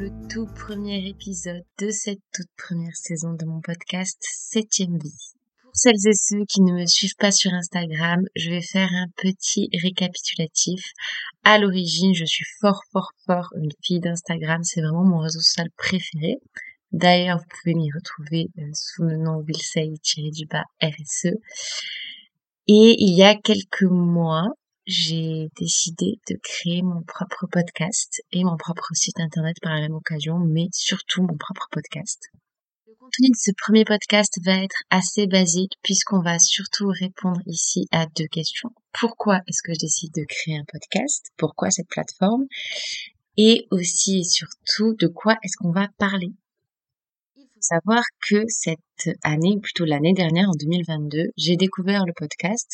le tout premier épisode de cette toute première saison de mon podcast 7e vie. Pour celles et ceux qui ne me suivent pas sur Instagram, je vais faire un petit récapitulatif. À l'origine, je suis fort une fille d'Instagram, c'est vraiment mon réseau social préféré. D'ailleurs, vous pouvez m'y retrouver sous le nom Wilsey-RSE. Et il y a quelques mois, j'ai décidé de créer mon propre podcast et mon propre site internet par la même occasion, mais surtout mon propre podcast. Le contenu de ce premier podcast va être assez basique puisqu'on va surtout répondre ici à 2 questions. Pourquoi est-ce que je décide de créer un podcast? Pourquoi cette plateforme? Et aussi et surtout, de quoi est-ce qu'on va parler? Il faut savoir que cette année, ou plutôt l'année dernière, en 2022, j'ai découvert le podcast,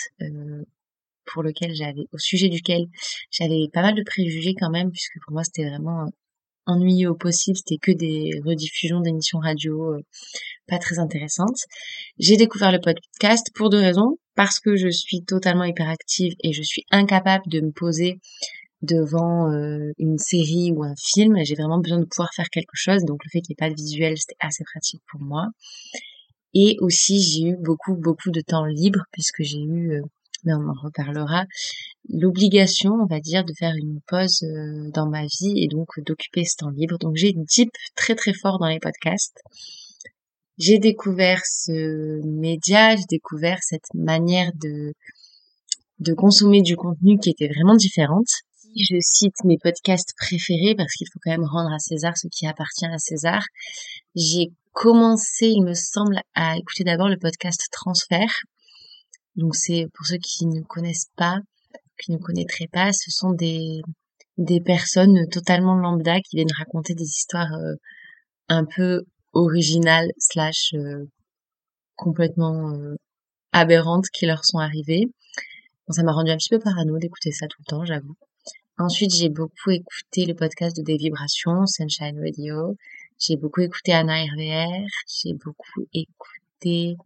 au sujet duquel j'avais pas mal de préjugés quand même, puisque pour moi c'était vraiment ennuyeux au possible, c'était que des rediffusions d'émissions radio pas très intéressantes. J'ai découvert le podcast pour 2 raisons, parce que je suis totalement hyperactive et je suis incapable de me poser devant une série ou un film, j'ai vraiment besoin de pouvoir faire quelque chose, donc le fait qu'il n'y ait pas de visuel, c'était assez pratique pour moi. Et aussi, j'ai eu beaucoup de temps libre, puisque j'ai eu, mais on en reparlera, l'obligation, on va dire, de faire une pause dans ma vie et donc d'occuper ce temps libre. Donc j'ai dip très fort dans les podcasts. J'ai découvert ce média, j'ai découvert cette manière de consommer du contenu qui était vraiment différente. Si je cite mes podcasts préférés, parce qu'il faut quand même rendre à César ce qui appartient à César, j'ai commencé, il me semble, à écouter d'abord le podcast Transfert. Donc c'est, pour ceux qui ne connaissent pas, qui ne connaîtraient pas, ce sont des personnes totalement lambda qui viennent raconter des histoires un peu originales slash complètement aberrantes qui leur sont arrivées. Bon, ça m'a rendu un petit peu parano d'écouter ça tout le temps, j'avoue. Ensuite, j'ai beaucoup écouté le podcast de Des Vibrations, Sunshine Radio. J'ai beaucoup écouté Anna RVR. J'ai beaucoup écouté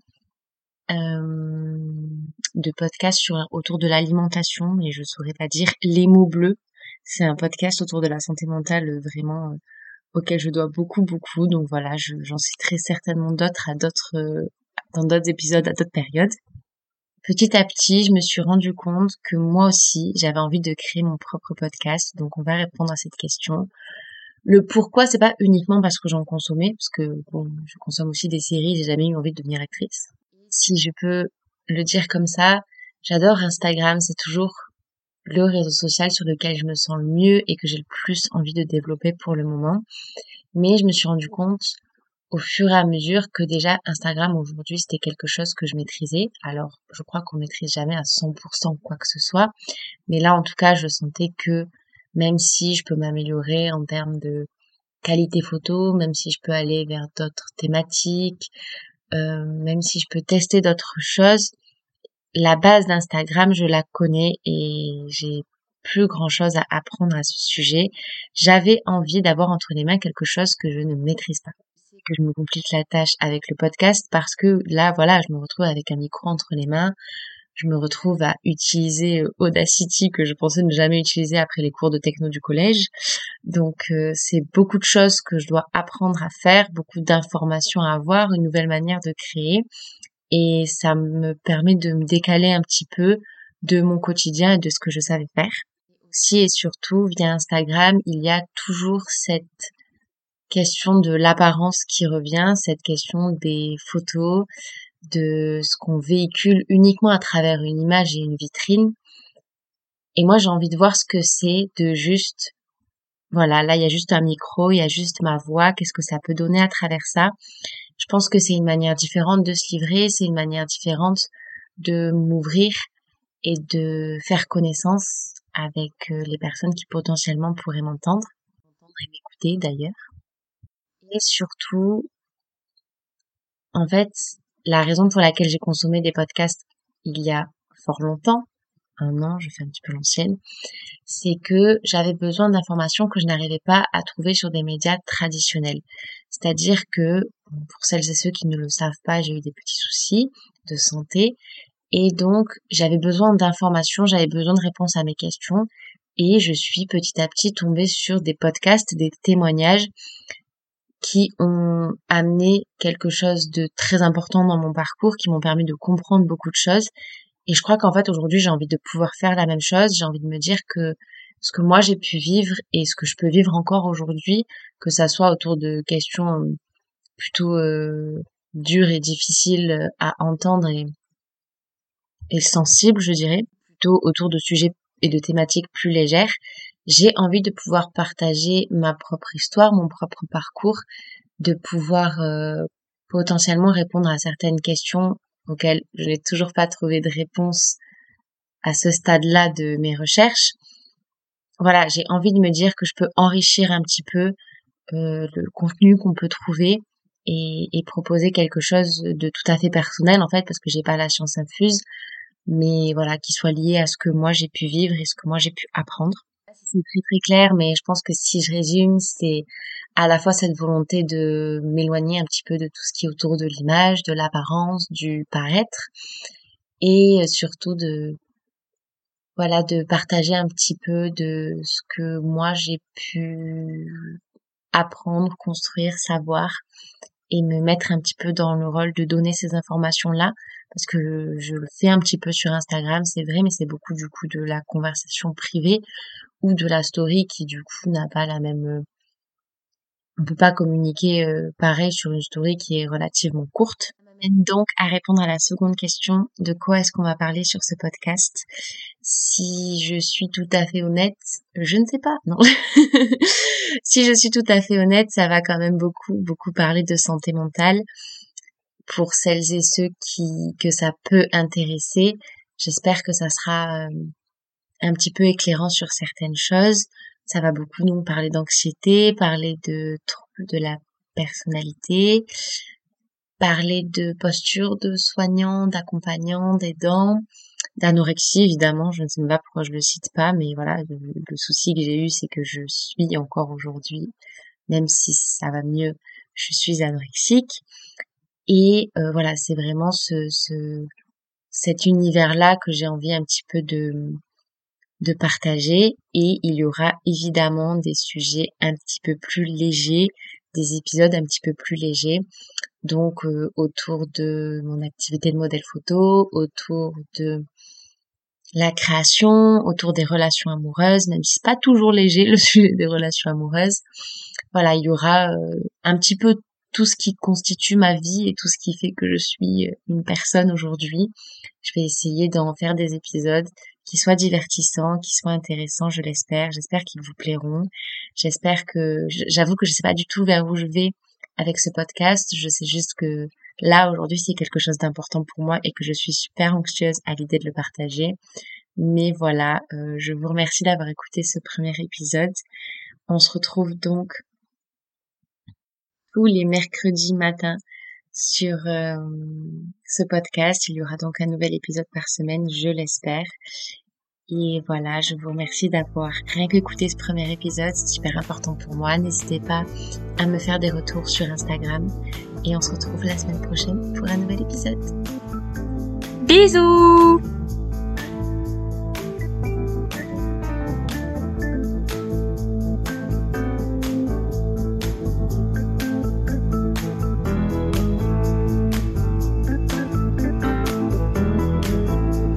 de podcasts autour de l'alimentation, mais je saurais pas dire. Les mots bleus, c'est un podcast autour de la santé mentale vraiment auquel je dois beaucoup. Donc voilà, j'en citerai certainement d'autres dans d'autres épisodes à d'autres périodes. Petit à petit, je me suis rendu compte que moi aussi, j'avais envie de créer mon propre podcast. Donc, on va répondre à cette question. Le pourquoi, c'est pas uniquement parce que j'en consommais, parce que bon, je consomme aussi des séries, j'ai jamais eu envie de devenir actrice. Si je peux le dire comme ça, j'adore Instagram, c'est toujours le réseau social sur lequel je me sens le mieux et que j'ai le plus envie de développer pour le moment. Mais je me suis rendu compte au fur et à mesure que déjà Instagram aujourd'hui c'était quelque chose que je maîtrisais. Alors je crois qu'on maîtrise jamais à 100% quoi que ce soit, mais là en tout cas je sentais que même si je peux m'améliorer en termes de qualité photo, même si je peux aller vers d'autres thématiques, même si je peux tester d'autres choses, la base d'Instagram je la connais et j'ai plus grand chose à apprendre à ce sujet. J'avais envie d'avoir entre les mains quelque chose que je ne maîtrise pas, que je me complique la tâche avec le podcast parce que là, voilà, je me retrouve avec un micro entre les mains. Je me retrouve à utiliser Audacity que je pensais ne jamais utiliser après les cours de techno du collège. Donc, c'est beaucoup de choses que je dois apprendre à faire, beaucoup d'informations à avoir, une nouvelle manière de créer. Et ça me permet de me décaler un petit peu de mon quotidien et de ce que je savais faire. Aussi et surtout, via Instagram, il y a toujours cette question de l'apparence qui revient, cette question des photos, de ce qu'on véhicule uniquement à travers une image et une vitrine. Et moi, j'ai envie de voir ce que c'est de juste, voilà, là, il y a juste un micro, il y a juste ma voix, qu'est-ce que ça peut donner à travers ça. Je pense que c'est une manière différente de se livrer, c'est une manière différente de m'ouvrir et de faire connaissance avec les personnes qui potentiellement pourraient m'entendre et m'écouter d'ailleurs. Et surtout, en fait, la raison pour laquelle j'ai consommé des podcasts il y a fort longtemps, 1 an, je fais un petit peu l'ancienne, c'est que j'avais besoin d'informations que je n'arrivais pas à trouver sur des médias traditionnels. C'est-à-dire que, pour celles et ceux qui ne le savent pas, j'ai eu des petits soucis de santé et donc j'avais besoin d'informations, j'avais besoin de réponses à mes questions et je suis petit à petit tombée sur des podcasts, des témoignages qui ont amené quelque chose de très important dans mon parcours, qui m'ont permis de comprendre beaucoup de choses. Et je crois qu'en fait, aujourd'hui, j'ai envie de pouvoir faire la même chose. J'ai envie de me dire que ce que moi j'ai pu vivre et ce que je peux vivre encore aujourd'hui, que ça soit autour de questions plutôt dures et difficiles à entendre et sensibles, je dirais, plutôt autour de sujets et de thématiques plus légères, j'ai envie de pouvoir partager ma propre histoire, mon propre parcours, de pouvoir potentiellement répondre à certaines questions auxquelles je n'ai toujours pas trouvé de réponse à ce stade-là de mes recherches. Voilà, j'ai envie de me dire que je peux enrichir un petit peu le contenu qu'on peut trouver et proposer quelque chose de tout à fait personnel en fait, parce que j'ai pas la science infuse, mais voilà, qui soit lié à ce que moi j'ai pu vivre et ce que moi j'ai pu apprendre. C'est très très clair, mais je pense que si je résume, c'est à la fois cette volonté de m'éloigner un petit peu de tout ce qui est autour de l'image, de l'apparence, du paraître, et surtout de partager un petit peu de ce que moi j'ai pu apprendre, construire, savoir, et me mettre un petit peu dans le rôle de donner ces informations-là, parce que je le fais un petit peu sur Instagram, c'est vrai, mais c'est beaucoup du coup de la conversation privée ou de la story qui du coup n'a pas la même on peut pas communiquer pareil sur une story qui est relativement courte. Ça m'amène donc à répondre à la seconde question, de quoi est-ce qu'on va parler sur ce podcast. Si je suis tout à fait honnête, je ne sais pas, non. Si je suis tout à fait honnête, ça va quand même beaucoup parler de santé mentale pour celles et ceux que ça peut intéresser. J'espère que ça sera un petit peu éclairant sur certaines choses. Ça va beaucoup nous parler d'anxiété, parler de troubles de la personnalité, parler de posture de soignant, d'accompagnant, d'aidant, d'anorexie évidemment, je ne sais même pas pourquoi je le cite pas, mais voilà, le souci que j'ai eu, c'est que je suis encore aujourd'hui, même si ça va mieux, je suis anorexique. Et voilà, c'est vraiment cet univers-là que j'ai envie un petit peu de partager, et il y aura évidemment des sujets un petit peu plus légers, des épisodes un petit peu plus légers, donc autour de mon activité de modèle photo, autour de la création, autour des relations amoureuses, même si c'est pas toujours léger le sujet des relations amoureuses. Voilà, il y aura un petit peu tout ce qui constitue ma vie et tout ce qui fait que je suis une personne aujourd'hui. Je vais essayer d'en faire des épisodes qui soient divertissants, qui soient intéressants, je l'espère. J'espère qu'ils vous plairont. J'espère j'avoue que je sais pas du tout vers où je vais avec ce podcast. Je sais juste que là, aujourd'hui, c'est quelque chose d'important pour moi et que je suis super anxieuse à l'idée de le partager. Mais voilà, je vous remercie d'avoir écouté ce premier épisode. On se retrouve donc tous les mercredis matins sur ce podcast. Il y aura donc un nouvel épisode par semaine, je l'espère. Et voilà, je vous remercie d'avoir rien qu'écouté ce premier épisode, c'est super important pour moi. N'hésitez pas à me faire des retours sur Instagram et on se retrouve la semaine prochaine pour un nouvel épisode. Bisous!